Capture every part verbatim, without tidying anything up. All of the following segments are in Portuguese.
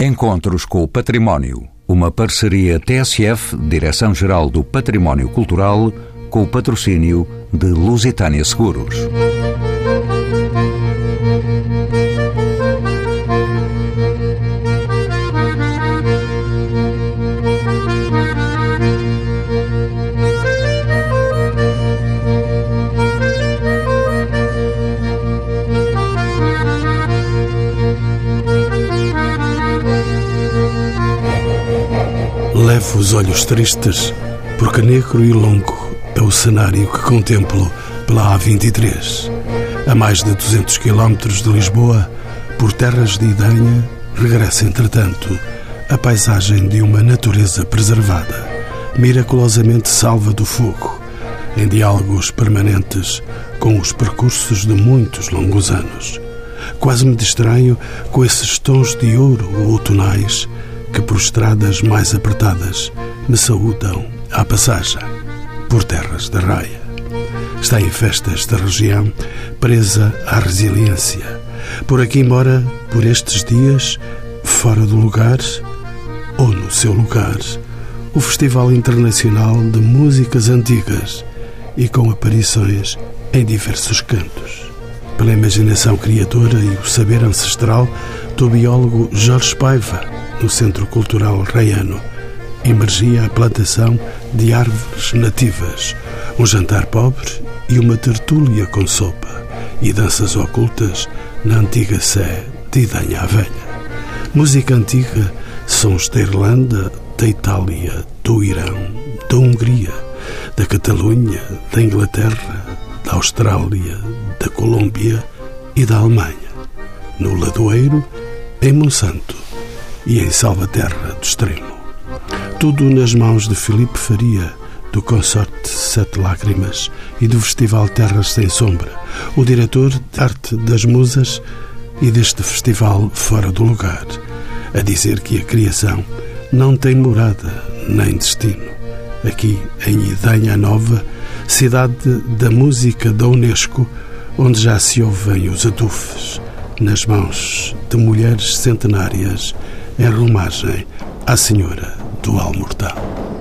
Encontros com o Património, uma parceria T S F, Direção-Geral do Património Cultural, com o patrocínio de Lusitânia Seguros. Levo os olhos tristes, porque negro e longo é o cenário que contemplo pela A vinte e três. A mais de duzentos quilómetros de Lisboa, por terras de Idanha, regressa, entretanto, a paisagem de uma natureza preservada, miraculosamente salva do fogo, em diálogos permanentes com os percursos de muitos longos anos. Quase me distraio com esses tons de ouro outonais que por estradas mais apertadas me saúdam à passagem por terras da raia. Está em festa esta região, presa à resiliência. Por aqui mora, por estes dias, fora do lugar, ou no seu lugar, o Festival Internacional de Músicas Antigas e com aparições em diversos cantos. Pela imaginação criadora e o saber ancestral do biólogo Jorge Paiva, no Centro Cultural Raiano, emergia a plantação de árvores nativas, um jantar pobre e uma tertúlia com sopa e danças ocultas na antiga sé de Idanha a Velha. Música antiga, sons da Irlanda, da Itália, do Irão, da Hungria, da Catalunha, da Inglaterra, da Austrália, da Colômbia e da Alemanha. No Ladoeiro, em Monsanto e em Salvaterra do Extremo. Tudo nas mãos de Filipe Faria, do Consorte Sete Lágrimas e do Festival Terras Sem Sombra, o diretor de arte das musas e deste festival fora do lugar, a dizer que a criação não tem morada nem destino. Aqui, em Idanha Nova, cidade da música da Unesco, onde já se ouvem os adufes, nas mãos de mulheres centenárias, em romagem à Senhora do Almortal.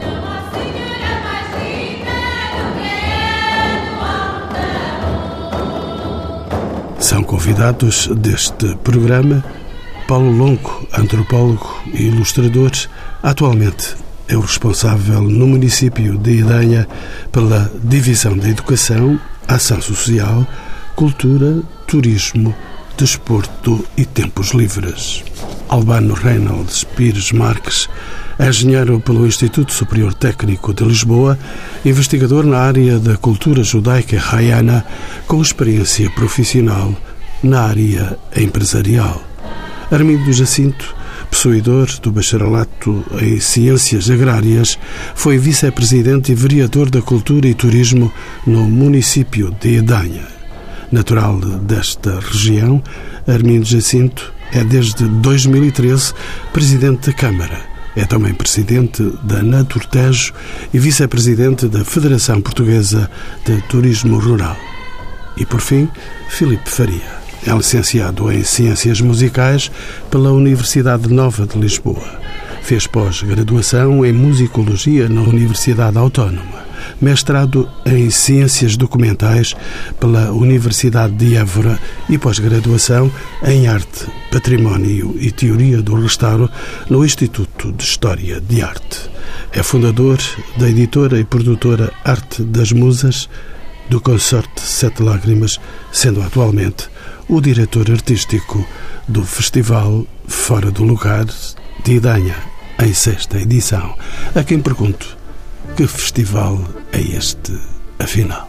São convidados deste programa Paulo Longo, antropólogo e ilustrador, atualmente é o responsável no município de Idanha pela Divisão da Educação, Ação Social, Cultura, Turismo, Desporto e Tempos Livres. Albano Reynolds Pires Marques, engenheiro pelo Instituto Superior Técnico de Lisboa, investigador na área da cultura judaica raiana, com experiência profissional na área empresarial. Armindo Jacinto, possuidor do bacharelato em Ciências Agrárias, foi vice-presidente e vereador da Cultura e Turismo no município de Idanha. Natural desta região, Armindo Jacinto é desde dois mil e treze presidente da Câmara. É também presidente da Naturtejo e vice-presidente da Federação Portuguesa de Turismo Rural. E, por fim, Filipe Faria. É licenciado em Ciências Musicais pela Universidade Nova de Lisboa. Fez pós-graduação em Musicologia na Universidade Autónoma. Mestrado em Ciências Documentais pela Universidade de Évora e pós-graduação em Arte, Património e Teoria do Restauro no Instituto de História de Arte. É fundador da editora e produtora Arte das Musas, do Consorte Sete Lágrimas, sendo atualmente o diretor artístico do Festival Fora do Lugar de Idanha, em sexta edição. A quem pergunto: que festival é este, afinal?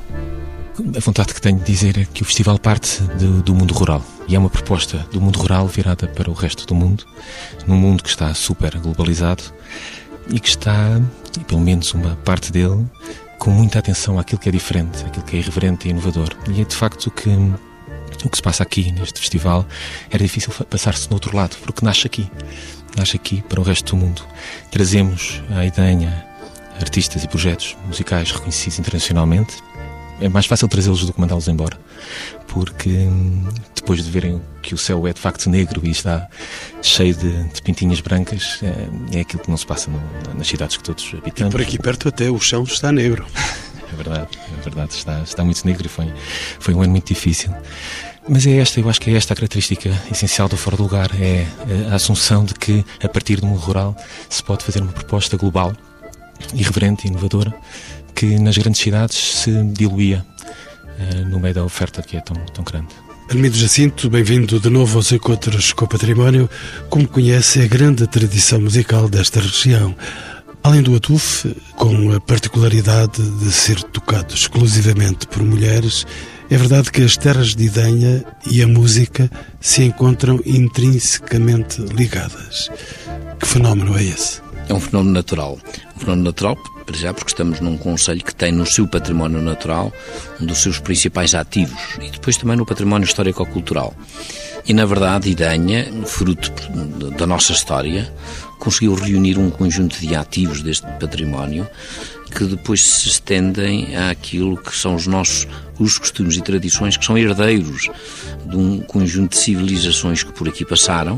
A vontade que tenho de dizer é que o festival parte do, do mundo rural. E é uma proposta do mundo rural virada para o resto do mundo, num mundo que está super globalizado e que está, e pelo menos uma parte dele, com muita atenção àquilo que é diferente, àquilo que é irreverente e inovador. E é de facto o que, o que se passa aqui neste festival. Era difícil passar-se no outro lado, porque nasce aqui. Nasce aqui para o resto do mundo. Trazemos à Idanha artistas e projetos musicais reconhecidos internacionalmente é mais fácil trazê-los do que mandá-los embora, porque depois de verem que o céu é de facto negro e está cheio de, de pintinhas brancas, é, é aquilo que não se passa no, nas cidades que todos habitamos. E por aqui perto até o chão está negro. É verdade, é verdade, está, está muito negro e foi, foi um ano muito difícil. Mas é esta, eu acho que é esta a característica essencial do Fora do Lugar, é a assunção de que, a partir do mundo rural, se pode fazer uma proposta global, irreverente e inovadora, que nas grandes cidades se diluía uh, no meio da oferta que é tão, tão grande. Armindo Jacinto, bem-vindo de novo aos Encontros com o Património. Como conhece a grande tradição musical desta região? Além do atufe, com a particularidade de ser tocado exclusivamente por mulheres, é verdade que as terras de Idenha e a música se encontram intrinsecamente ligadas. Que fenómeno é esse? É um fenómeno natural. Um fenómeno natural, para já, porque estamos num concelho que tem no seu património natural um dos seus principais ativos e depois também no património histórico-cultural. E, na verdade, Idenha, fruto da nossa história, conseguiu reunir um conjunto de ativos deste património que depois se estendem àquilo que são os nossos os costumes e tradições, que são herdeiros de um conjunto de civilizações que por aqui passaram,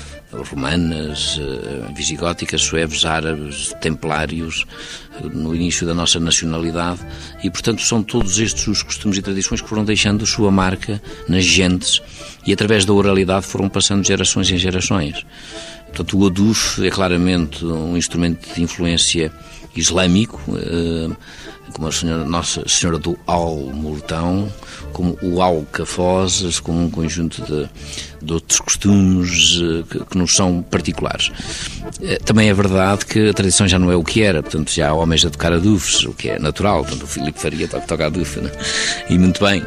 romanas, visigóticas, suevos, árabes, templários, no início da nossa nacionalidade, e portanto são todos estes os costumes e tradições que foram deixando a sua marca nas gentes e através da oralidade foram passando de gerações em gerações. Portanto, o aduf é claramente um instrumento de influência islâmico, como a senhora, Nossa Senhora do Al-Multão, como o Al-Cafós, como um conjunto de, de outros costumes que, que nos são particulares. Também é verdade que a tradição já não é o que era, portanto já há homens a tocar adufes, o que é natural, portanto o Filipe Faria toca, toca adufe, né? E muito bem.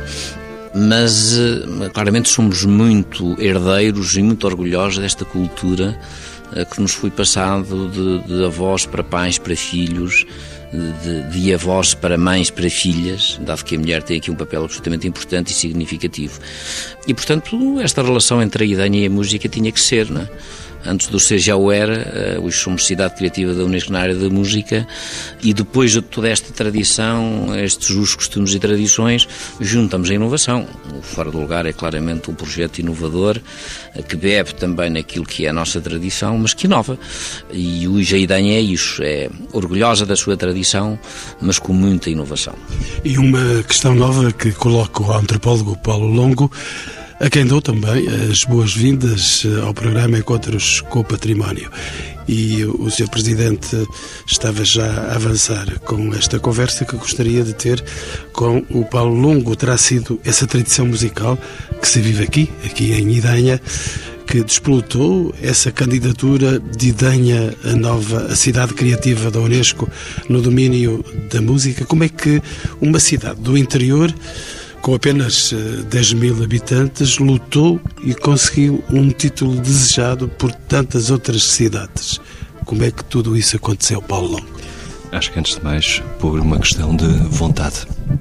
Mas claramente somos muito herdeiros e muito orgulhosos desta cultura que nos foi passado de, de avós para pais, para filhos, de, de avós para mães, para filhas, dado que a mulher tem aqui um papel absolutamente importante e significativo. E, portanto, esta relação entre a Idenha e a música tinha que ser, não é? Antes do ser já o era, hoje somos cidade criativa da Unesco na área da música, e depois de toda esta tradição, estes os costumes e tradições, juntamos a inovação. O Fora do Lugar é claramente um projeto inovador, que bebe também naquilo que é a nossa tradição, mas que inova. E hoje a Idenha é isso, é orgulhosa da sua tradição, mas com muita inovação. E uma questão nova que coloca o antropólogo Paulo Longo, a quem dou também as boas-vindas ao programa Encontros com o Património. E o senhor Presidente estava já a avançar com esta conversa que gostaria de ter com o Paulo Longo. Terá sido essa tradição musical que se vive aqui, aqui em Idenha, que despolutou essa candidatura de Idenha a nova a cidade criativa da Unesco no domínio da música. Como é que uma cidade do interior, com apenas dez mil habitantes, lutou e conseguiu um título desejado por tantas outras cidades? Como é que tudo isso aconteceu, Paulo Longo? Acho que, antes de mais, por uma questão de vontade.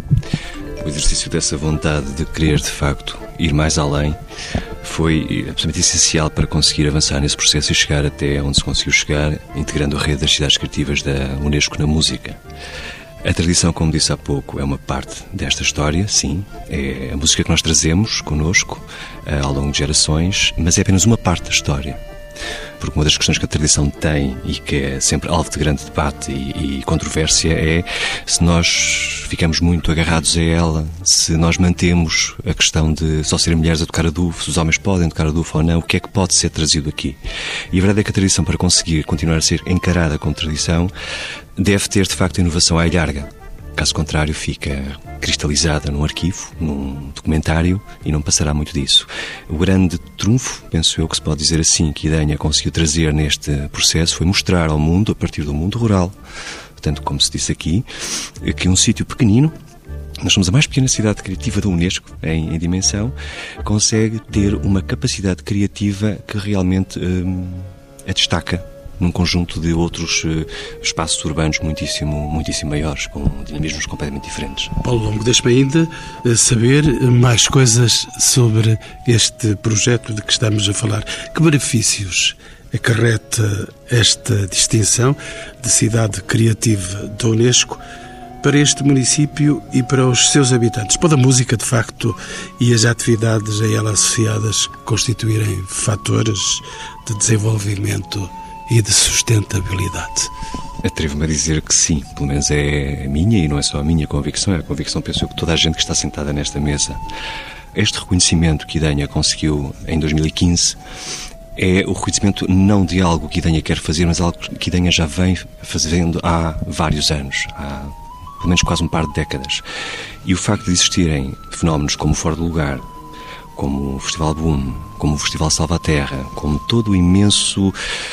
O exercício dessa vontade de querer, de facto, ir mais além foi absolutamente essencial para conseguir avançar nesse processo e chegar até onde se conseguiu chegar, integrando a rede das cidades criativas da Unesco na música. A tradição, como disse há pouco, é uma parte desta história, sim. É a música que nós trazemos connosco uh, ao longo de gerações, mas é apenas uma parte da história. Porque uma das questões que a tradição tem e que é sempre alvo de grande debate e, e controvérsia é se nós ficamos muito agarrados a ela, se nós mantemos a questão de só serem mulheres a tocar adufo, se os homens podem tocar adufo ou não, o que é que pode ser trazido aqui. E a verdade é que a tradição, para conseguir continuar a ser encarada como tradição, deve ter, de facto, inovação à ilharga. Caso contrário, fica cristalizada num arquivo, num documentário, e não passará muito disso. O grande trunfo, penso eu que se pode dizer assim, que Idenha conseguiu trazer neste processo foi mostrar ao mundo, a partir do mundo rural, portanto, como se disse aqui, que um sítio pequenino, nós somos a mais pequena cidade criativa da Unesco, em, em dimensão, consegue ter uma capacidade criativa que realmente hum, a destaca num conjunto de outros uh, espaços urbanos muitíssimo, muitíssimo maiores, com dinamismos completamente diferentes. Paulo Longo, deixe-me ainda saber mais coisas sobre este projeto de que estamos a falar. Que benefícios acarreta esta distinção de cidade criativa da Unesco para este município e para os seus habitantes? Pode a música, de facto, e as atividades a ela associadas constituírem fatores de desenvolvimento e de sustentabilidade? Atrevo-me a dizer que sim, pelo menos é a minha, e não é só a minha convicção, é a convicção, penso eu, que toda a gente que está sentada nesta mesa. Este reconhecimento que Idenha conseguiu em dois mil e quinze é o reconhecimento não de algo que Idenha quer fazer, mas algo que Idenha já vem fazendo há vários anos, há pelo menos quase um par de décadas. E o facto de existirem fenómenos como o Fora do Lugar, como o Festival Boom, como o Festival Salvaterra, como todo o imenso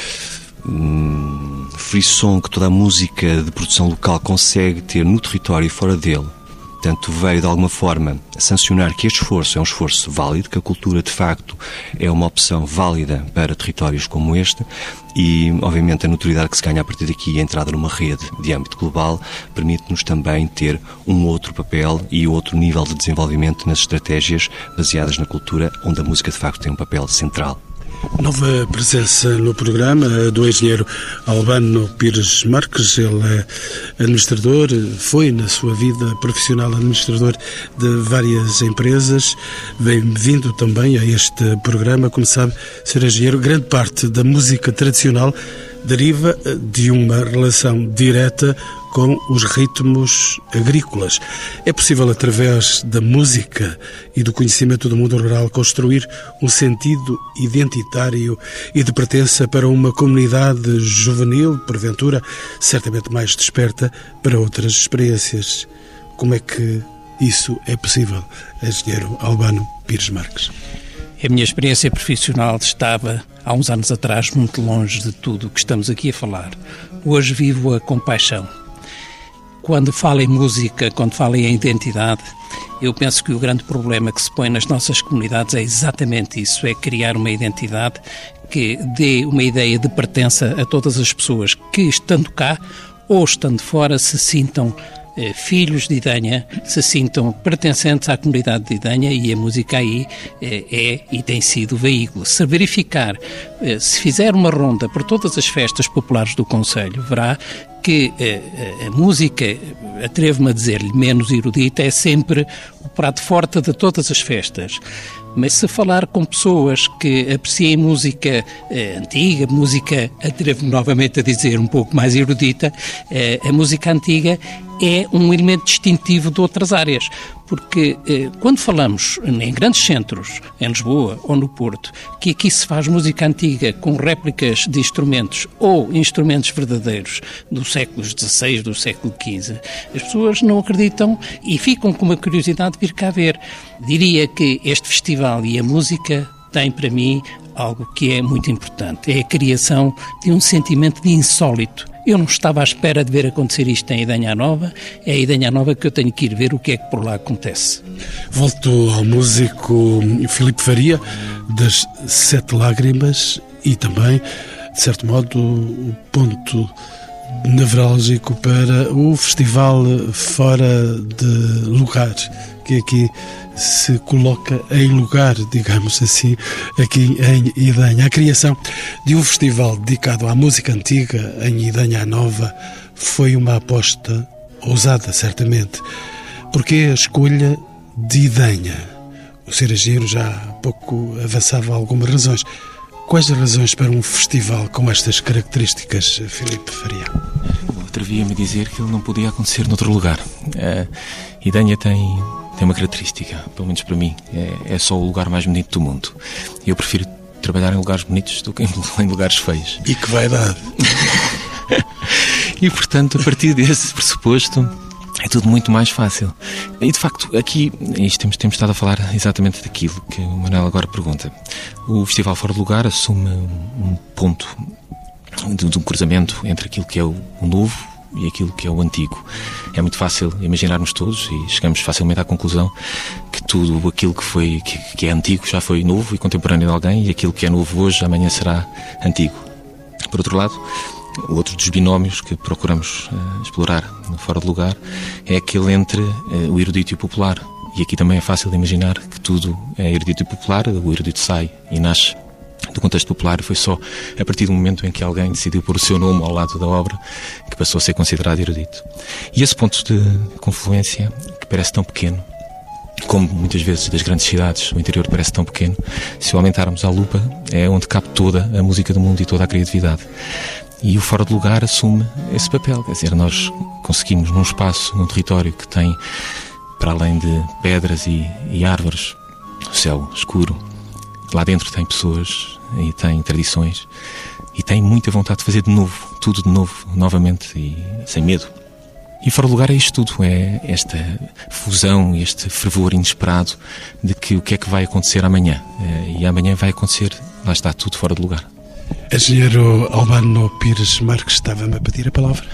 hum, frisson que toda a música de produção local consegue ter no território e fora dele, portanto, veio de alguma forma a sancionar que este esforço é um esforço válido, que a cultura de facto é uma opção válida para territórios como este e, obviamente, a notoriedade que se ganha a partir daqui e a entrada numa rede de âmbito global permite-nos também ter um outro papel e outro nível de desenvolvimento nas estratégias baseadas na cultura, onde a música de facto tem um papel central. Nova presença no programa do engenheiro Albano Pires Marques. Ele é administrador, foi na sua vida profissional administrador de várias empresas. Bem-vindo também a este programa. Como sabe, senhor engenheiro, grande parte da música tradicional deriva de uma relação direta com os ritmos agrícolas. É possível, através da música e do conhecimento do mundo rural, construir um sentido identitário e de pertença para uma comunidade juvenil, porventura, certamente mais desperta para outras experiências. Como é que isso é possível, engenheiro Albano Pires Marques? A minha experiência profissional estava, há uns anos atrás, muito longe de tudo o que estamos aqui a falar. Hoje vivo-a com paixão. Quando falo em música, quando falo em identidade, eu penso que o grande problema que se põe nas nossas comunidades é exatamente isso, é criar uma identidade que dê uma ideia de pertença a todas as pessoas que, estando cá ou estando fora, se sintam eh, filhos de Idenha, se sintam pertencentes à comunidade de Idenha, e a música aí eh, é e tem sido o veículo. Se verificar, eh, se fizer uma ronda por todas as festas populares do concelho, verá que a, a, a música, atrevo-me a dizer-lhe, menos erudita, é sempre o prato forte de todas as festas. Mas se falar com pessoas que apreciem música eh, antiga, música, atrevo-me novamente a dizer, um pouco mais erudita, eh, a música antiga é um elemento distintivo de outras áreas. Porque eh, quando falamos em grandes centros, em Lisboa ou no Porto, que aqui se faz música antiga com réplicas de instrumentos ou instrumentos verdadeiros do século dezasseis, do século quinze, as pessoas não acreditam e ficam com uma curiosidade de vir cá ver. Diria que este festival e a música têm para mim algo que é muito importante. É a criação de um sentimento de insólito. Eu não estava à espera de ver acontecer isto em Idenha Nova. É a Idenha Nova que eu tenho que ir ver o que é que por lá acontece. Volto ao músico Filipe Faria, das Sete Lágrimas, e também, de certo modo, o ponto nevrálgico para o festival Fora de Lugar, que aqui se coloca em lugar, digamos assim, aqui em Idenha. A criação de um festival dedicado à música antiga em Idenha Nova foi uma aposta ousada, certamente. Porque a escolha de Idenha? O senhor engenheiro já há pouco avançava algumas razões. Quais as razões para um festival com estas características, Filipe Faria? Eu atrevia-me a dizer que ele não podia acontecer noutro lugar. A Idenha tem, tem uma característica, pelo menos para mim, é, é só o lugar mais bonito do mundo. Eu prefiro trabalhar em lugares bonitos do que em lugares feios. E que vaidade! E, portanto, a partir desse pressuposto, é tudo muito mais fácil. E, de facto, aqui isto temos, temos estado a falar exatamente daquilo que o Manuel agora pergunta. O Festival Fora de Lugar assume um ponto de, de um cruzamento entre aquilo que é o, o novo e aquilo que é o antigo. É muito fácil imaginarmos todos e chegamos facilmente à conclusão que tudo aquilo que, foi, que, que é antigo já foi novo e contemporâneo de alguém, e aquilo que é novo hoje amanhã será antigo. Por outro lado, o outro dos binómios que procuramos uh, explorar no Fora de Lugar é aquele entre uh, o erudito e o popular. E aqui também é fácil de imaginar que tudo é erudito e popular. O erudito sai e nasce do contexto popular. Foi só a partir do momento em que alguém decidiu pôr o seu nome ao lado da obra que passou a ser considerado erudito. E esse ponto de confluência, que parece tão pequeno, como muitas vezes das grandes cidades, o interior parece tão pequeno, se o aumentarmos à lupa, é onde cabe toda a música do mundo e toda a criatividade. E o Fora de Lugar assume esse papel, quer dizer, nós conseguimos num espaço, num território que tem, para além de pedras e, e árvores, o céu escuro, lá dentro tem pessoas e tem tradições e tem muita vontade de fazer de novo, tudo de novo, novamente e sem medo. E Fora de Lugar é isto tudo, é esta fusão, este fervor inesperado de que o que é que vai acontecer amanhã. E amanhã vai acontecer, lá está, tudo fora de lugar. Engenheiro Albano Pires Marques, estava-me a pedir a palavra.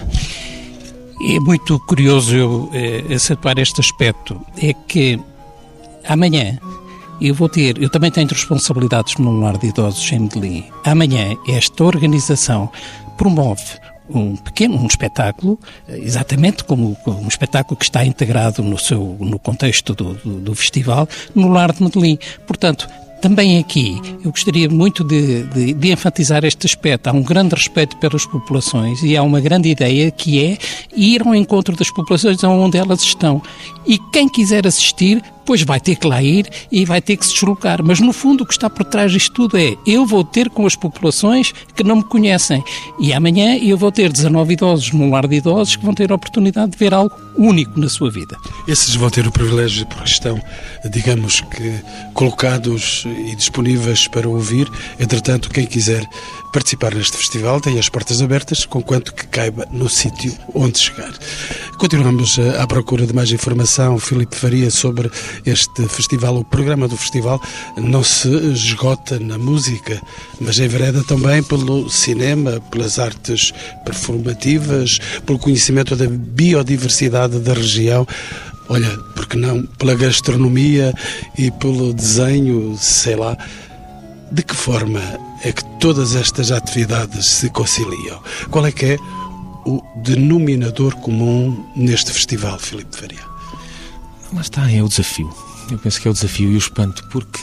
É muito curioso eu eh, acentuar este aspecto, é que amanhã eu vou ter, eu também tenho responsabilidades no lar de idosos em Medellín. Amanhã esta organização promove um pequeno, um espetáculo, exatamente como, como um espetáculo que está integrado no seu, no contexto do, do, do festival, no lar de Medellín. Portanto, também aqui, eu gostaria muito de, de, de enfatizar este aspecto. Há um grande respeito pelas populações e há uma grande ideia que é ir ao encontro das populações onde elas estão. E quem quiser assistir, pois vai ter que lá ir e vai ter que se deslocar. Mas, no fundo, o que está por trás disto tudo é eu vou ter com as populações que não me conhecem. E amanhã eu vou ter dezanove idosos num lar de idosos que vão ter a oportunidade de ver algo único na sua vida. Esses vão ter o privilégio porque estão, digamos que, colocados e disponíveis para ouvir. Entretanto, quem quiser participar neste festival tem as portas abertas, conquanto que caiba no sítio onde chegar. Continuamos à procura de mais informação, Filipe Faria, sobre este festival. O programa do festival não se esgota na música, mas envereda também pelo cinema, pelas artes performativas, pelo conhecimento da biodiversidade da região. Olha, porque não, pela gastronomia e pelo desenho, sei lá. De que forma é que todas estas atividades se conciliam? Qual é que é o denominador comum neste festival, Filipe Faria? Lá está, é o desafio. Eu penso que é o desafio e o espanto, porque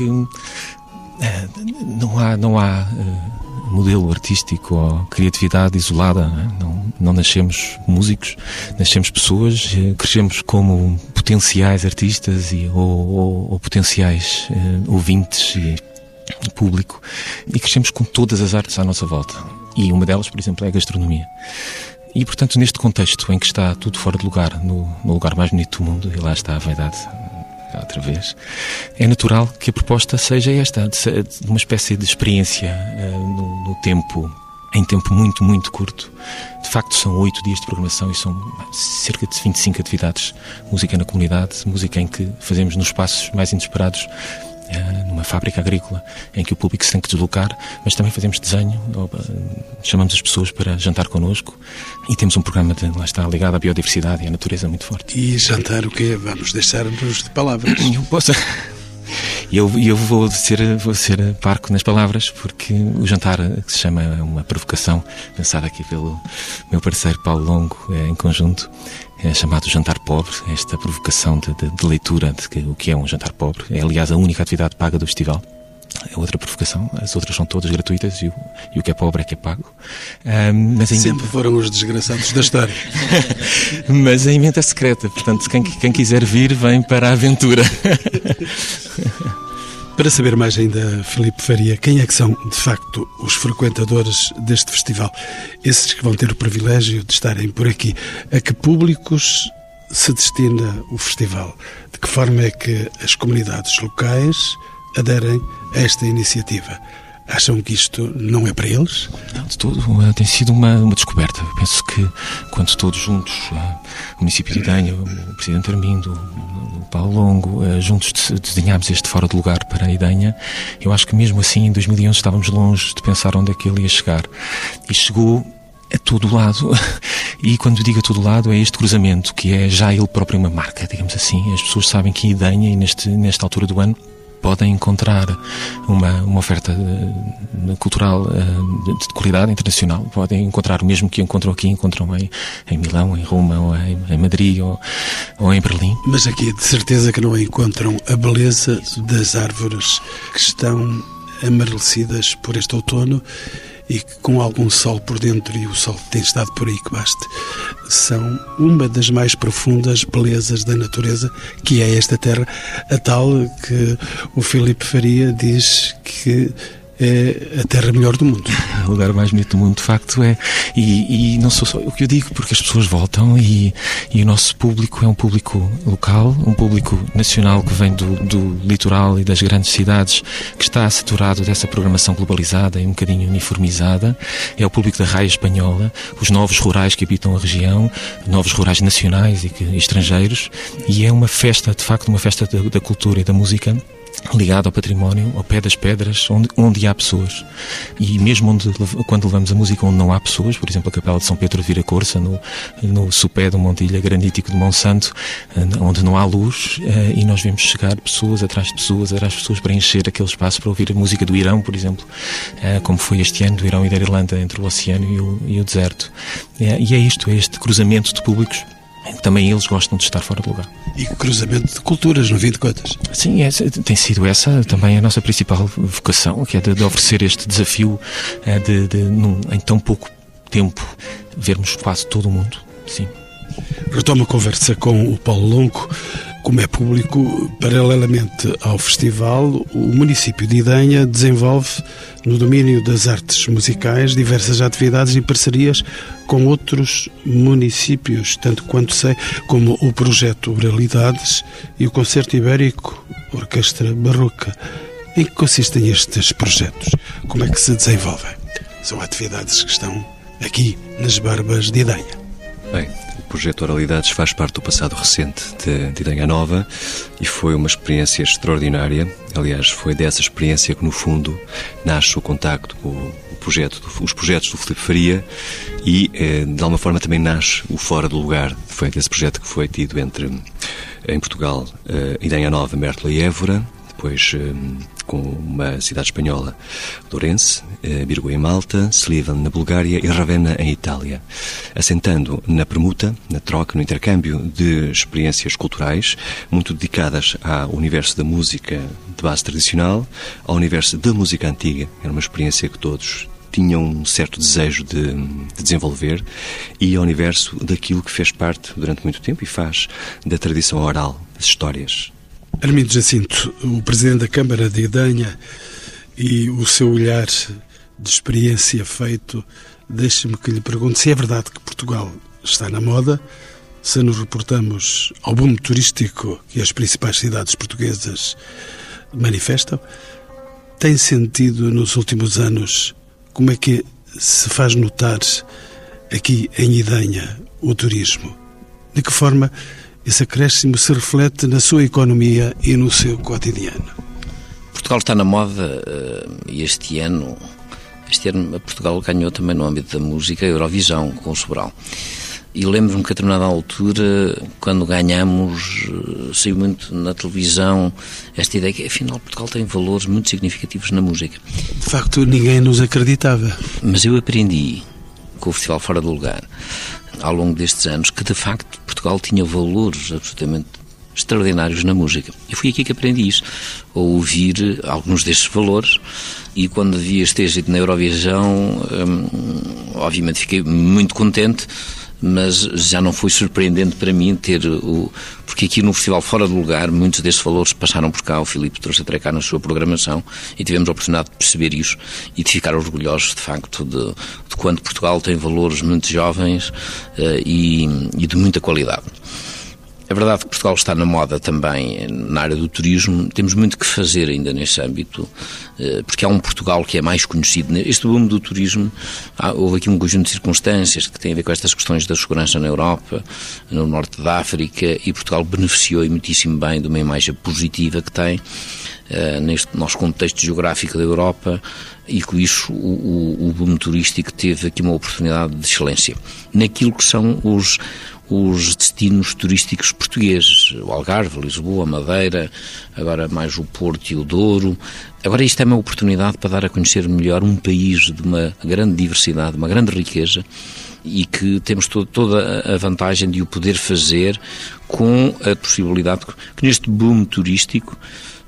é, não há, não há é, modelo artístico ou criatividade isolada. Não, é? não, não nascemos músicos, nascemos pessoas, é, crescemos como potenciais artistas e, ou, ou, ou potenciais é, ouvintes e público, e crescemos com todas as artes à nossa volta. E uma delas, por exemplo, é a gastronomia. E, portanto, neste contexto em que está tudo fora de lugar, no, no lugar mais bonito do mundo, e lá está a vaidade outra vez, é natural que a proposta seja esta, de uma espécie de experiência uh, no, no tempo, em tempo muito, muito curto. De facto, são oito dias de programação e são cerca de vinte e cinco atividades. Música na comunidade, música em que fazemos nos espaços mais inesperados, numa fábrica agrícola em que o público se tem que deslocar, mas também fazemos desenho, chamamos as pessoas para jantar connosco e temos um programa de, lá está, ligado à biodiversidade e à natureza muito forte. E jantar o quê? Vamos deixar-nos de palavras. Eu posso... Eu, eu vou ser, vou ser parco nas palavras, porque o jantar, que se chama uma provocação, pensada aqui pelo meu parceiro Paulo Longo, é, em conjunto, é chamado Jantar Pobre, esta provocação de, de, de leitura de que, o que é um jantar pobre. É, aliás, a única atividade paga do festival. É outra provocação, as outras são todas gratuitas e o, e o que é pobre é que é pago. Um, mas a Sempre foram os desgraçados da história. Mas a emenda é secreta, portanto, quem, quem quiser vir, vem para a aventura. Para saber mais ainda, Filipe Faria, quem é que são, de facto, os frequentadores deste festival? Esses que vão ter o privilégio de estarem por aqui. A que públicos se destina o festival? De que forma é que as comunidades locais aderem a esta iniciativa? Acham que isto não é para eles? Não, de todo. Tem sido uma, uma descoberta. Eu penso que, quando todos juntos, o município de Idenha, o Presidente Armindo, o Paulo Longo, juntos desenhámos este fora de lugar para a Idenha, eu acho que mesmo assim, em dois mil e onze, estávamos longe de pensar onde é que ele ia chegar. E chegou a todo lado. E quando digo a todo lado, é este cruzamento, que é já ele próprio uma marca, digamos assim. As pessoas sabem que a Idenha, e neste, nesta altura do ano, podem encontrar uma, uma oferta uh, cultural uh, de, de qualidade internacional. Podem encontrar o mesmo que encontram aqui, encontram em, em Milão, em Roma, ou em, em Madrid, ou, ou em Berlim. Mas aqui de certeza que não encontram a beleza das árvores que estão amarelecidas por este outono e que, com algum sol por dentro, e o sol tem estado por aí que baste, são uma das mais profundas belezas da natureza, que é esta terra, a tal que o Filipe Faria diz que é a terra melhor do mundo. O lugar mais bonito do mundo, de facto, é. E, e não sou só o que eu digo, porque as pessoas voltam e, e o nosso público é um público local, um público nacional que vem do, do litoral e das grandes cidades, que está saturado dessa programação globalizada e um bocadinho uniformizada. É o público da raia espanhola, os novos rurais que habitam a região, novos rurais nacionais e, que, e estrangeiros. E é uma festa, de facto, uma festa da, da cultura e da música, ligado ao património, ao pé das pedras, onde, onde há pessoas. E mesmo onde, quando levamos a música onde não há pessoas, por exemplo, a Capela de São Pedro de Viracorça, no, no sopé do Montilha Granítico de Monsanto, onde não há luz, e nós vemos chegar pessoas atrás de pessoas, atrás de pessoas para encher aquele espaço para ouvir a música do Irão, por exemplo, como foi este ano, do Irão e da Irlanda, entre o oceano e o, e o deserto. E é isto, é este cruzamento de públicos. Também eles gostam de estar fora do lugar. E cruzamento de culturas, no fim de contas. Sim, é, tem sido essa também a nossa principal vocação, que é de, de oferecer este desafio de, de num, em tão pouco tempo, vermos quase todo o mundo. Sim. Retomo a conversa com o Paulo Longo. Como é público, paralelamente ao festival, o município de Idenha desenvolve, no domínio das artes musicais, diversas atividades e parcerias com outros municípios, tanto quanto sei, como o projeto Oralidades e o Concerto Ibérico Orquestra Barroca. Em que consistem estes projetos? Como é que se desenvolvem? São atividades que estão aqui, nas Barbas de Idenha. Bem, o projeto Oralidades faz parte do passado recente de, de Idenha Nova e foi uma experiência extraordinária. Aliás, foi dessa experiência que, no fundo, nasce o contacto com o projeto, os projetos do Filipe Faria e, de alguma forma, também nasce o Fora do Lugar. Foi desse projeto que foi tido entre, em Portugal, Idenha Nova, Mértola e Évora, depois com uma cidade espanhola, Lourenço, Birgo em Malta, Sliven na Bulgária e Ravenna em Itália, assentando na permuta, na troca, no intercâmbio de experiências culturais muito dedicadas ao universo da música de base tradicional, ao universo da música antiga. Era uma experiência que todos tinham um certo desejo de, de desenvolver, e ao universo daquilo que fez parte durante muito tempo e faz da tradição oral, das histórias. Armindo Jacinto, o Presidente da Câmara de Idenha, e o seu olhar de experiência feito, deixe-me que lhe pergunte se é verdade que Portugal está na moda, se nos reportamos ao boom turístico que as principais cidades portuguesas manifestam. Tem sentido nos últimos anos como é que se faz notar aqui em Idenha o turismo? De que forma esse acréscimo se reflete na sua economia e no seu cotidiano? Portugal está na moda e este ano, este ano Portugal ganhou também no âmbito da música a Eurovisão com o Sobral. E lembro-me que a determinada altura, quando ganhamos, saiu muito na televisão esta ideia que afinal Portugal tem valores muito significativos na música. De facto, ninguém nos acreditava. Mas eu aprendi com o Festival Fora do Lugar, ao longo destes anos, que de facto Portugal tinha valores absolutamente extraordinários na música. E foi aqui que aprendi isso, a ouvir alguns destes valores, e quando vi este êxito na Eurovisão, hum, obviamente fiquei muito contente, mas já não foi surpreendente para mim ter o... Porque aqui no Festival Fora do Lugar, muitos destes valores passaram por cá, o Filipe trouxe até cá na sua programação, e tivemos a oportunidade de perceber isso e de ficar orgulhosos, de facto, de, de quanto Portugal tem valores muito jovens uh, e, e de muita qualidade. É verdade que Portugal está na moda também na área do turismo. Temos muito que fazer ainda nesse âmbito, porque há um Portugal que é mais conhecido. Este boom do turismo, houve aqui um conjunto de circunstâncias que têm a ver com estas questões da segurança na Europa, no norte da África, e Portugal beneficiou e muitíssimo bem de uma imagem positiva que tem neste nosso contexto geográfico da Europa, e com isso o, o, o boom turístico teve aqui uma oportunidade de excelência naquilo que são os os destinos turísticos portugueses, o Algarve, Lisboa, Madeira, agora mais o Porto e o Douro. Agora isto é uma oportunidade para dar a conhecer melhor um país de uma grande diversidade, uma grande riqueza, e que temos todo, toda a vantagem de o poder fazer com a possibilidade que neste boom turístico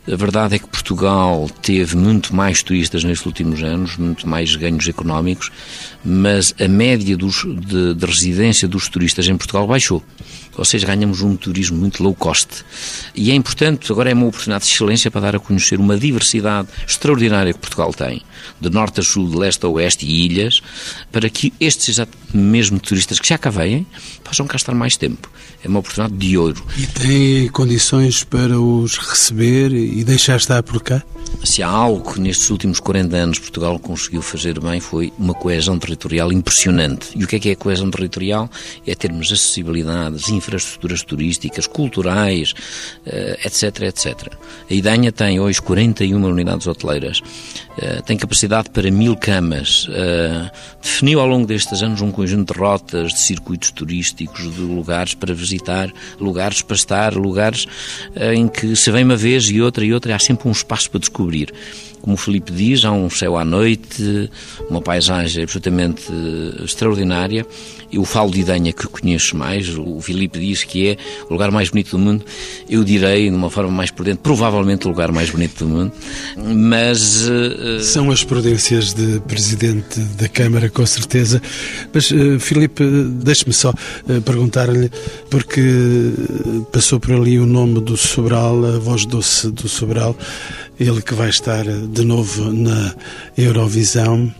A verdade é que Portugal teve muito mais turistas nestes últimos anos, muito mais ganhos económicos, mas a média dos, de, de residência dos turistas em Portugal baixou. Ou seja, ganhamos um turismo muito low cost. E é importante, agora é uma oportunidade de excelência para dar a conhecer uma diversidade extraordinária que Portugal tem, de norte a sul, de leste a oeste e ilhas, para que estes exato mesmo turistas que já cá vêm possam cá estar mais tempo. É uma oportunidade de ouro. E tem condições para os receber e deixar estar por cá? Se há algo que nestes últimos quarenta anos Portugal conseguiu fazer bem, foi uma coesão territorial impressionante. E o que é que é a coesão territorial? É termos acessibilidades, infraestruturas turísticas, culturais, etc, etcétera. A Idanha tem hoje quarenta e uma unidades hoteleiras, tem capacidade para mil camas, definiu ao longo destes anos um conjunto de rotas, de circuitos turísticos, de lugares para visitar, lugares para estar, lugares em que se vem uma vez e outra e outra, há sempre um espaço para descobrir. Como o Filipe diz, há um céu à noite, uma paisagem absolutamente extraordinária. Eu falo de Idanha, que conheço mais, o Filipe diz que é o lugar mais bonito do mundo. Eu direi, de uma forma mais prudente, provavelmente o lugar mais bonito do mundo. Mas... Uh... São as prudências de Presidente da Câmara, com certeza. Mas, uh, Filipe, deixe-me só uh, perguntar-lhe, porque passou por ali o nome do Sobral, a voz doce do Sobral, ele que vai estar de novo na Eurovisão.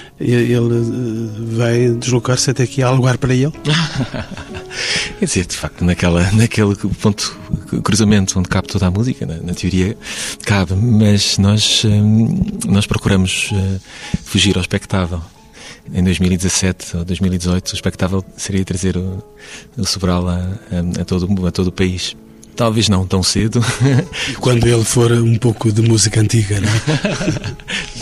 Ele vai deslocar-se até aqui. Há lugar para ele? Quer dizer, de facto, naquela, naquele ponto, cruzamento onde cabe toda a música, na, na teoria cabe, mas nós, nós procuramos fugir ao espectável. Em dois mil e dezassete ou dois mil e dezoito, o espectável seria trazer o, o Sobral a, a, a, todo, a todo o país. Talvez não tão cedo. E quando ele for um pouco de música antiga, não é?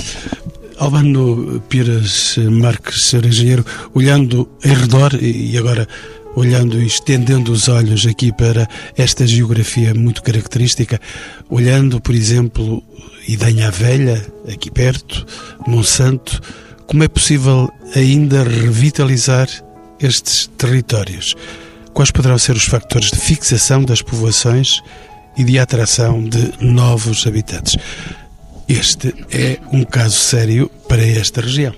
Albano Pires Marques, senhor engenheiro, olhando em redor e agora olhando e estendendo os olhos aqui para esta geografia muito característica, olhando, por exemplo, Idanha Velha, aqui perto, Monsanto, como é possível ainda revitalizar estes territórios? Quais poderão ser os fatores de fixação das povoações e de atração de novos habitantes? Este é um caso sério para esta região.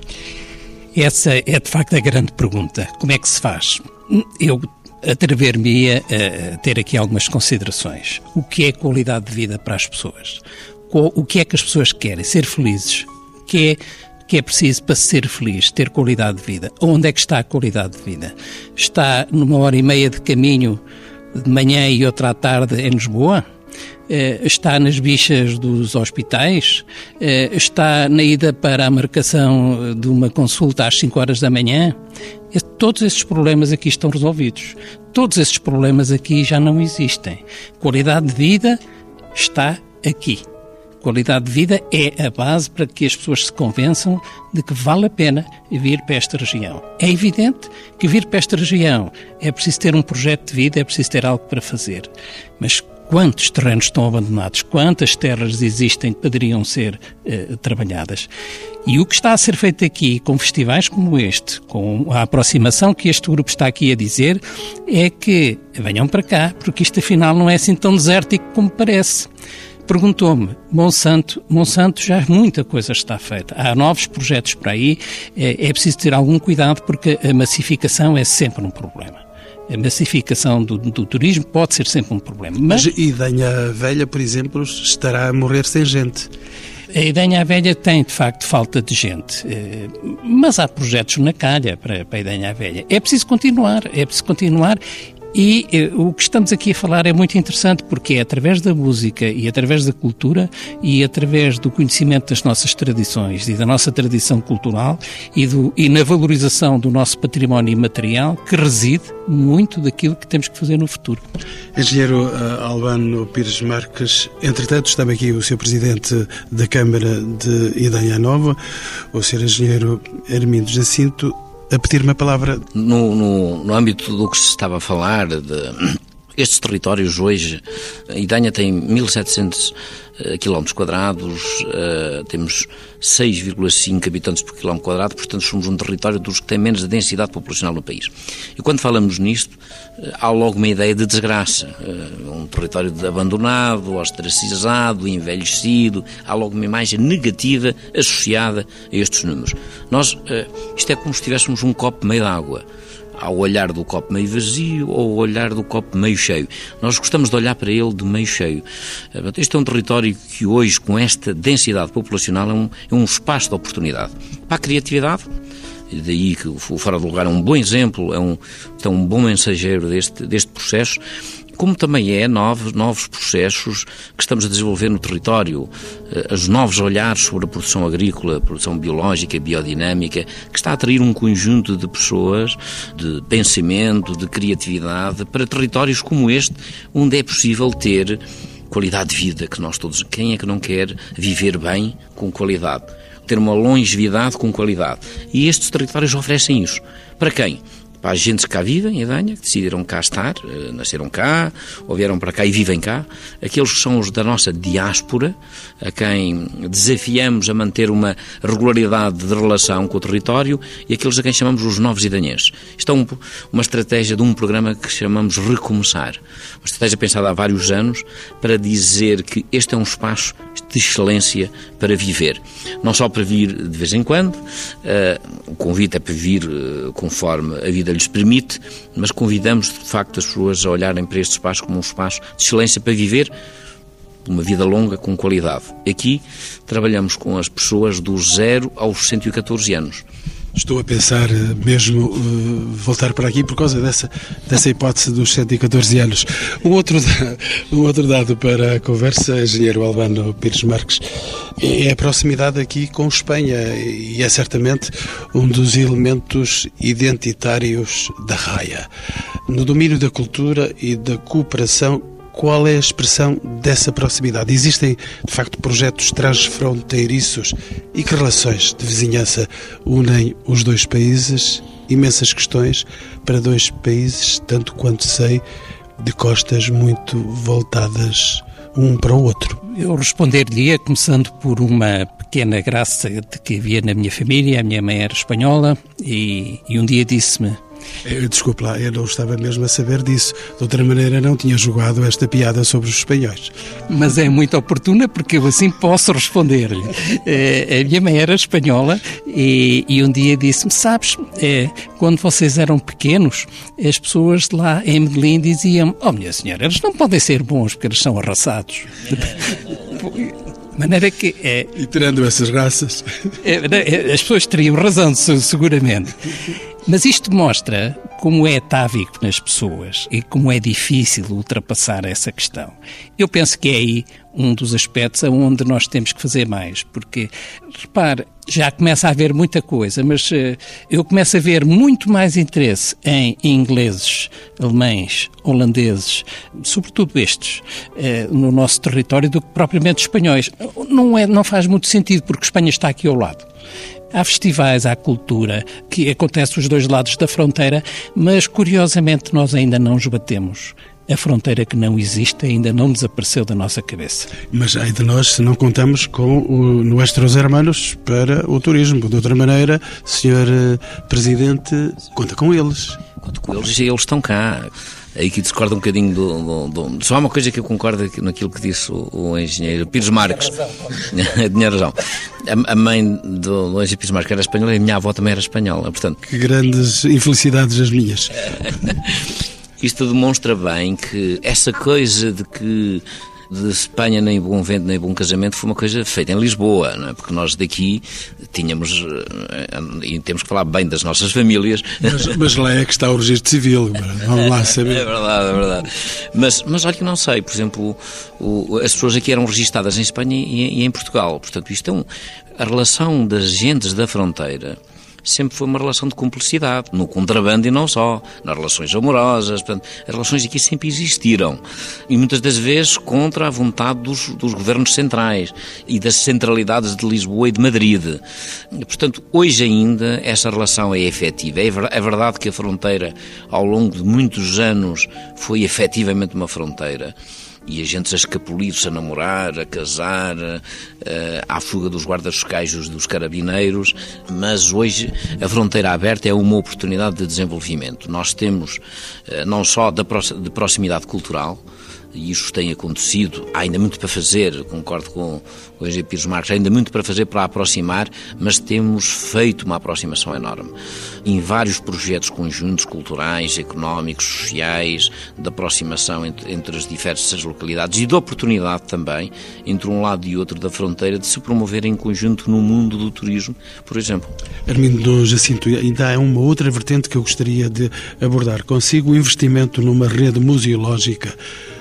Essa é, de facto, a grande pergunta. Como é que se faz? Eu atrever-me-ia a ter aqui algumas considerações. O que é qualidade de vida para as pessoas? O que é que as pessoas querem? Ser felizes. O que é que é preciso para ser feliz, ter qualidade de vida? Onde é que está a qualidade de vida? Está numa hora e meia de caminho de manhã e outra à tarde em Lisboa? Está nas bichas dos hospitais? Está na ida para a marcação de uma consulta às cinco horas da manhã? Todos esses problemas aqui estão resolvidos. Todos esses problemas aqui já não existem. Qualidade de vida está aqui. Qualidade de vida é a base para que as pessoas se convençam de que vale a pena vir para esta região. É evidente que vir para esta região é preciso ter um projeto de vida, é preciso ter algo para fazer. Mas quantos terrenos estão abandonados? Quantas terras existem que poderiam ser uh, trabalhadas? E o que está a ser feito aqui, com festivais como este, com a aproximação que este grupo está aqui a dizer, é que venham para cá, porque isto afinal não é assim tão desértico como parece. Perguntou-me, Monsanto, Monsanto já muita coisa está feita, há novos projetos por aí, é, é preciso ter algum cuidado porque a massificação é sempre um problema. A massificação do, do turismo pode ser sempre um problema. Mas, mas Idanha Velha, por exemplo, estará a morrer sem gente. A Idanha Velha tem, de facto, falta de gente, mas há projetos na calha para, para a Idanha Velha. É preciso continuar, é preciso continuar. E eh, o que estamos aqui a falar é muito interessante porque é através da música e através da cultura e através do conhecimento das nossas tradições e da nossa tradição cultural e, do, e na valorização do nosso património imaterial que reside muito daquilo que temos que fazer no futuro. Engenheiro uh, Albano Pires Marques, entretanto estava aqui o senhor Presidente da Câmara de Idanha Nova, o senhor Engenheiro Hermínio Jacinto, a pedir-me a palavra. No, no, no âmbito do que se estava a falar, de Estes territórios hoje, a Idanha tem mil e setecentos quilómetros quadrados, uh, temos seis vírgula cinco habitantes por quilómetro quadrado, portanto somos um território dos que tem menos densidade populacional no país. E quando falamos nisto, uh, há logo uma ideia de desgraça, uh, um território de abandonado, ostracizado, envelhecido, há logo uma imagem negativa associada a estes números. Nós, uh, isto é como se tivéssemos um copo meio de água. Ao olhar do copo meio vazio ou ao olhar do copo meio cheio. Nós gostamos de olhar para ele de meio cheio. Este é um território que hoje, com esta densidade populacional, é um, é um espaço de oportunidade para a criatividade. E daí que o Fora do Lugar é um bom exemplo, é um, é um bom mensageiro deste, deste processo, como também é novos, novos processos que estamos a desenvolver no território, os novos olhares sobre a produção agrícola, a produção biológica, biodinâmica, que está a atrair um conjunto de pessoas, de pensamento, de criatividade, para territórios como este, onde é possível ter qualidade de vida, que nós todos, quem é que não quer viver bem com qualidade? Ter uma longevidade com qualidade. E estes territórios oferecem isso. Para quem? Para as gentes que cá vivem, em Idanha, que decidiram cá estar, nasceram cá, ou vieram para cá e vivem cá, aqueles que são os da nossa diáspora, a quem desafiamos a manter uma regularidade de relação com o território, e aqueles a quem chamamos os novos idanhenses. Isto é um, uma estratégia de um programa que chamamos Recomeçar. Uma estratégia pensada há vários anos para dizer que este é um espaço de excelência para viver. Não só para vir de vez em quando, uh, o convite é para vir uh, conforme a vida lhes permite, mas convidamos de facto as pessoas a olharem para este espaço como um espaço de excelência para viver uma vida longa com qualidade. Aqui trabalhamos com as pessoas dos zero aos cento e catorze anos. Estou a pensar mesmo uh, voltar para aqui por causa dessa, dessa hipótese dos cento e catorze anos. Um outro, um outro dado para a conversa, engenheiro Albano Pires Marques, é a proximidade aqui com Espanha e é certamente um dos elementos identitários da raia. No domínio da cultura e da cooperação, qual é a expressão dessa proximidade? Existem, de facto, projetos transfronteiriços e que relações de vizinhança unem os dois países? Imensas questões para dois países, tanto quanto sei, de costas muito voltadas um para o outro. Eu responder-lhe, começando por uma pequena graça de que havia na minha família. A minha mãe era espanhola e, e um dia disse-me: Desculpe lá, eu não estava mesmo a saber disso. De outra maneira, não tinha jogado esta piada sobre os espanhóis. Mas é muito oportuna porque eu assim posso responder-lhe. A minha mãe era espanhola e, e um dia disse-me: sabes, é, quando vocês eram pequenos, as pessoas lá em Medellín diziam: oh, minha senhora, eles não podem ser bons porque eles são arrasados. De maneira que é... E tirando essas raças... É, as pessoas teriam razão, seguramente. Mas isto mostra como é atávico nas pessoas e como é difícil ultrapassar essa questão. Eu penso que é aí um dos aspectos onde nós temos que fazer mais, porque, repare, já começa a haver muita coisa, mas uh, eu começo a ver muito mais interesse em ingleses, alemães, holandeses, sobretudo estes, uh, no nosso território, do que propriamente espanhóis. Não, é, não faz muito sentido, porque Espanha está aqui ao lado. Há festivais, há cultura, que acontece dos dois lados da fronteira, mas, curiosamente, nós ainda não os batemos. A fronteira que não existe ainda não desapareceu da nossa cabeça. Mas ai de nós se não contamos com o Nuestros Hermanos para o turismo. De outra maneira, senhor Presidente, conta com eles. Conto com eles e eles estão cá. Aí que discorda um bocadinho do, do, do... Só há uma coisa que eu concordo naquilo que disse o, o engenheiro Pires Marques. Tinha razão. A, a mãe do, do engenheiro Pires Marques era espanhola e a minha avó também era espanhola. Portanto... Que grandes infelicidades as minhas. Isto demonstra bem que essa coisa de que de Espanha nem bom vento nem bom casamento foi uma coisa feita em Lisboa, não é? Porque nós daqui tínhamos, e temos que falar bem das nossas famílias. Mas, mas lá é que está o registro civil, vamos lá saber. É verdade, é verdade. Mas, mas olha que não sei, por exemplo, o, as pessoas aqui eram registadas em Espanha e, e em Portugal, portanto isto é um, a relação das gentes da fronteira sempre foi uma relação de cumplicidade, no contrabando e não só, nas relações amorosas. Portanto, as relações aqui sempre existiram e muitas das vezes contra a vontade dos, dos governos centrais e das centralidades de Lisboa e de Madrid. Portanto, hoje ainda essa relação é efetiva. É verdade que a fronteira, ao longo de muitos anos, foi efetivamente uma fronteira. E a gente a escapulir-se, a namorar, a casar, uh, à fuga dos guardas fiscais e dos carabineiros, mas hoje a fronteira aberta é uma oportunidade de desenvolvimento. Nós temos uh, não só de proximidade cultural, e isso tem acontecido, há ainda muito para fazer, concordo com o engenheiro Pires Marques, há ainda muito para fazer para aproximar, mas temos feito uma aproximação enorme. Em vários projetos conjuntos culturais, económicos, sociais, de aproximação entre, entre as diversas localidades e de oportunidade também, entre um lado e outro da fronteira, de se promover em conjunto no mundo do turismo, por exemplo. Armindo Jacinto, ainda há uma outra vertente que eu gostaria de abordar consigo, o investimento numa rede museológica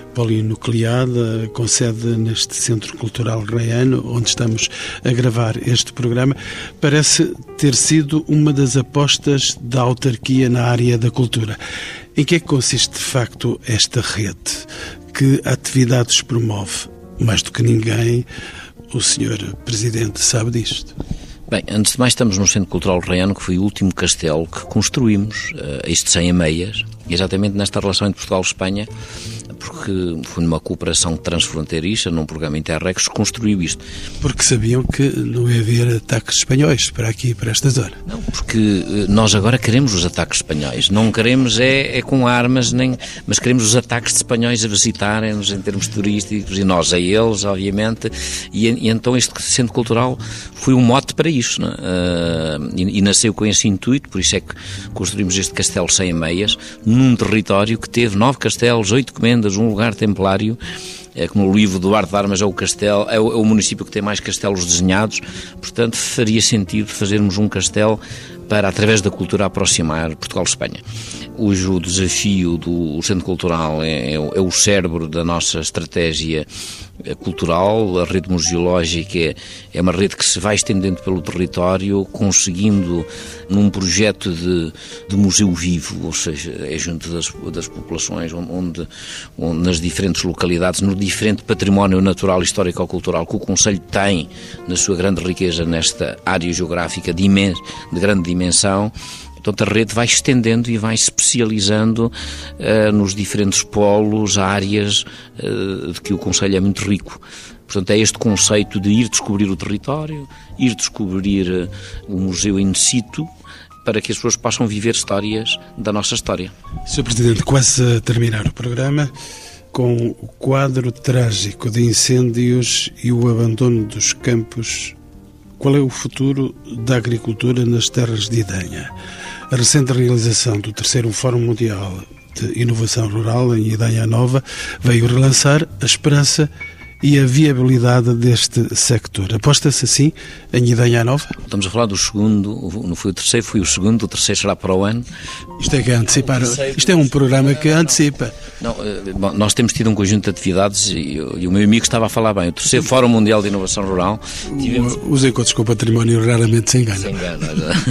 polinucleada, com sede neste Centro Cultural Raiano, onde estamos a gravar este programa, parece ter sido uma das apostas da autarquia na área da cultura. Em que é que consiste, de facto, esta rede? Que atividades promove? Mais do que ninguém, o senhor Presidente sabe disto. Bem, antes de mais estamos no Centro Cultural Raiano, que foi o último castelo que construímos, uh, isto sem ameias, exatamente nesta relação entre Portugal e Espanha, porque foi numa cooperação transfronteiriça, num programa Interreg, que se construiu isto. Porque sabiam que não ia haver ataques espanhóis para aqui, para esta zona. Não, porque nós agora queremos os ataques espanhóis. Não queremos é, é com armas, nem, mas queremos os ataques de espanhóis a visitarem-nos em termos turísticos, e nós a eles, obviamente. E, e então este Centro Cultural foi um mote para isso, não é? Uh, e, e nasceu com esse intuito, por isso é que construímos este castelo sem ameias, num território que teve nove castelos, oito comendas, um lugar templário, é como o livro do Duarte de Armas é o castelo, é o, é o município que tem mais castelos desenhados, portanto faria sentido fazermos um castelo para, através da cultura, aproximar Portugal e Espanha. Hoje o desafio do Centro Cultural é, é, é o cérebro da nossa estratégia cultural. A rede museológica é, é uma rede que se vai estendendo pelo território, conseguindo num projeto de, de museu vivo, ou seja, é junto das, das populações, onde, onde nas diferentes localidades, no diferente património natural, histórico-cultural que o Concelho tem na sua grande riqueza nesta área geográfica de, imen, de grande dimensão. Portanto, a rede vai estendendo e vai se especializando uh, nos diferentes polos, áreas uh, de que o Concelho é muito rico. Portanto, é este conceito de ir descobrir o território, ir descobrir uh, o museu in situ, para que as pessoas possam viver histórias da nossa história. senhor Presidente, quase a terminar o programa, com o quadro trágico de incêndios e o abandono dos campos, qual é o futuro da agricultura nas terras de Idanha? A recente realização do terceiro Fórum Mundial de Inovação Rural em Idanha Nova veio relançar a esperança e a viabilidade deste sector. Aposta-se assim em Idanha Nova? Estamos a falar do segundo, não foi o terceiro, foi o segundo, o terceiro será para o ano. Isto é que é antecipar, isto é um programa que antecipa. Não, bom, nós temos tido um conjunto de atividades e, e o meu amigo estava a falar bem. O terceiro Fórum Mundial de Inovação Rural. Tivemos... Os encontros com o património raramente se enganam. Se enganam,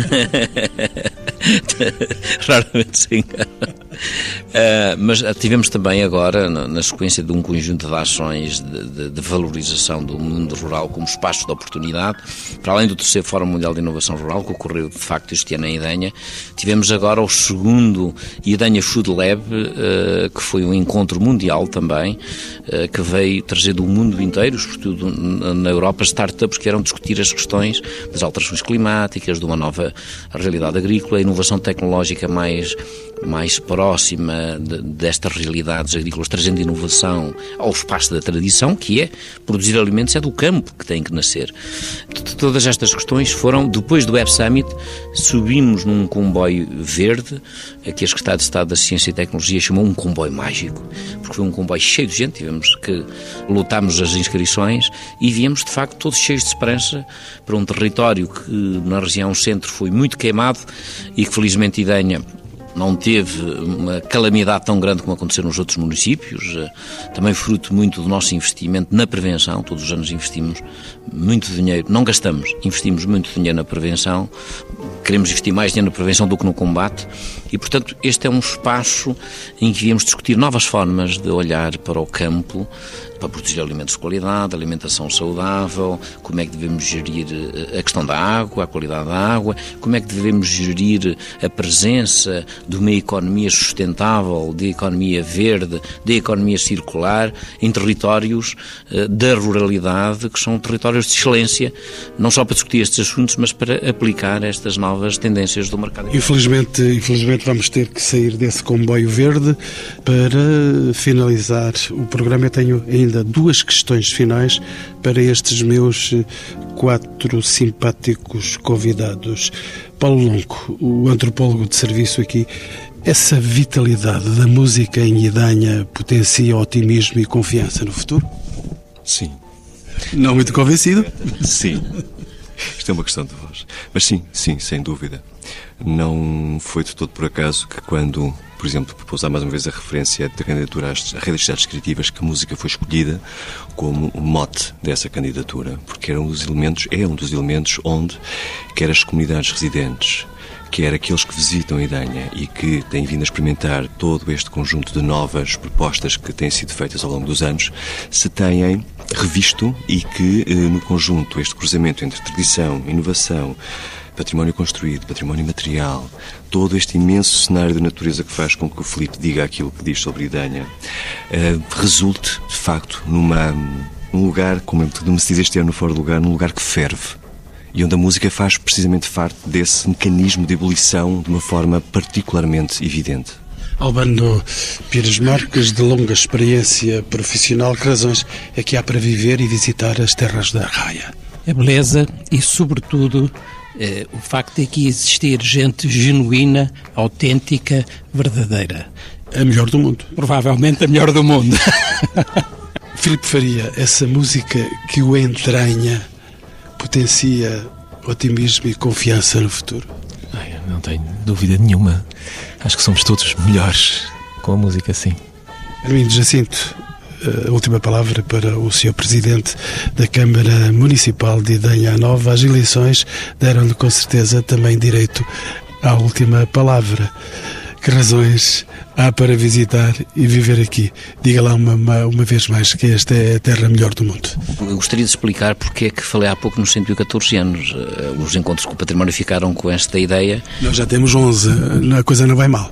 raramente se enganam. Uh, mas tivemos também agora, na, na sequência de um conjunto de ações de, de, de valorização do mundo rural como espaço de oportunidade, para além do terceiro Fórum Mundial de Inovação Rural, que ocorreu de facto este ano em Idanha, tivemos agora o segundo Idanha Food Lab, uh, que foi um encontro mundial também, uh, que veio trazer do mundo inteiro, sobretudo na Europa, startups que eram discutir as questões das alterações climáticas, de uma nova realidade agrícola, a inovação tecnológica mais, mais próxima de, destas realidades agrícolas, trazendo inovação ao espaço da tradição, que é produzir alimentos, é do campo que tem que nascer. Todas estas questões foram, depois do Web Summit, subimos num comboio verde, que a Secretaria de Estado da Ciência e Tecnologia chamou um comboio mágico, porque foi um comboio cheio de gente, tivemos que lutámos as inscrições e viemos, de facto, todos cheios de esperança para um território que na região centro foi muito queimado e que felizmente Idanha não teve uma calamidade tão grande como aconteceu nos outros municípios, também fruto muito do nosso investimento na prevenção. Todos os anos investimos muito dinheiro, não gastamos, investimos muito dinheiro na prevenção, queremos investir mais dinheiro na prevenção do que no combate e, portanto, este é um espaço em que viemos discutir novas formas de olhar para o campo, para proteger alimentos de qualidade, alimentação saudável, como é que devemos gerir a questão da água, a qualidade da água, como é que devemos gerir a presença de uma economia sustentável, de economia verde, de economia circular em territórios uh, da ruralidade, que são territórios de excelência, não só para discutir estes assuntos, mas para aplicar estas novas tendências do mercado. Infelizmente, infelizmente vamos ter que sair desse comboio verde. Para finalizar o programa, eu tenho ainda duas questões finais para estes meus quatro simpáticos convidados. Paulo Longo, o antropólogo de serviço aqui, essa vitalidade da música em Idanha potencia otimismo e confiança no futuro? Sim. Não muito convencido? Sim. Isto é uma questão de voz. Mas sim, sim, sem dúvida. Não foi de todo por acaso que quando, por exemplo, para usar mais uma vez a referência da candidatura às redes de artes criativas, que a música foi escolhida como o mote dessa candidatura, porque era um dos elementos, é um dos elementos onde quer as comunidades residentes, quer aqueles que visitam a Idanha e que têm vindo a experimentar todo este conjunto de novas propostas que têm sido feitas ao longo dos anos, se têm revisto e que, no conjunto, este cruzamento entre tradição, inovação, património construído, património material, todo este imenso cenário de natureza que faz com que o Filipe diga aquilo que diz sobre Idanha, uh, resulte, de facto, numa, num lugar, como me se diz este ano fora do lugar, num lugar que ferve. E onde a música faz precisamente parte desse mecanismo de ebulição de uma forma particularmente evidente. Albano Pires Marques, de longa experiência profissional, que razões é que há para viver e visitar as terras da Arraia? A beleza e, sobretudo, eh, o facto de aqui existir gente genuína, autêntica, verdadeira. A melhor do mundo. Provavelmente a melhor do mundo. Filipe Faria, essa música que o entranha potencia otimismo e confiança no futuro? Ai, não tenho dúvida nenhuma. Acho que somos todos melhores com a música, sim. Armindo Jacinto, a última palavra para o senhor Presidente da Câmara Municipal de Idanha Nova. As eleições deram-lhe com certeza também direito à última palavra. Que razões há para visitar e viver aqui? Diga lá uma, uma, uma vez mais que esta é a terra melhor do mundo. Eu gostaria de explicar porque é que falei há pouco nos cento e catorze anos. Os encontros com o património ficaram com esta ideia. Nós já temos onze, a coisa não vai mal.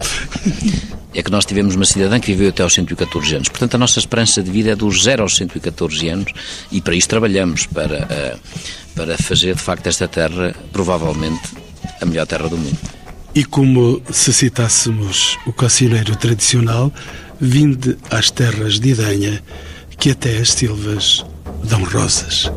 É que nós tivemos uma cidadã que viveu até aos cento e catorze anos. Portanto, a nossa esperança de vida é dos zero aos cento e catorze anos e para isso trabalhamos, para, para fazer de facto esta terra, provavelmente, a melhor terra do mundo. E como se citássemos o cancioneiro tradicional, vinde às terras de Idanha, que até as silvas dão rosas.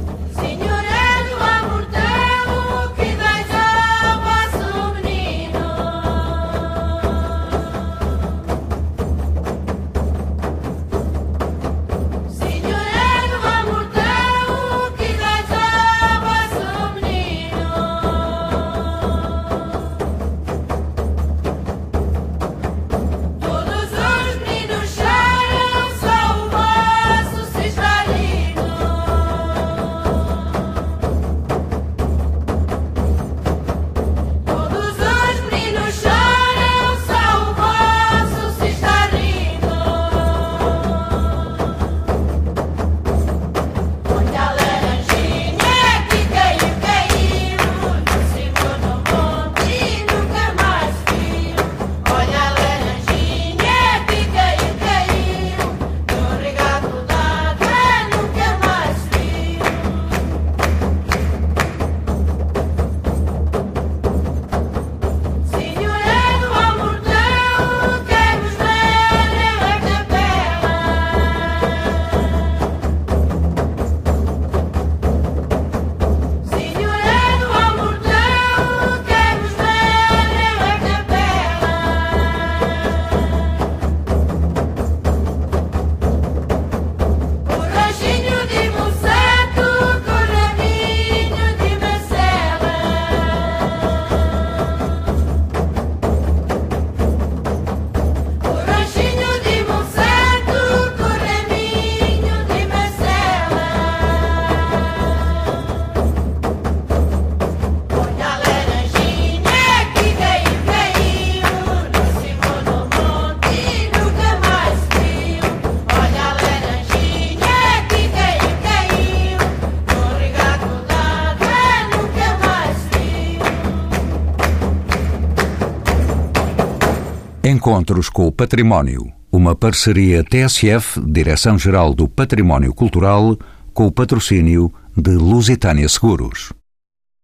Encontros com o Património, uma parceria T S F, Direção-Geral do Património Cultural, com o patrocínio de Lusitânia Seguros.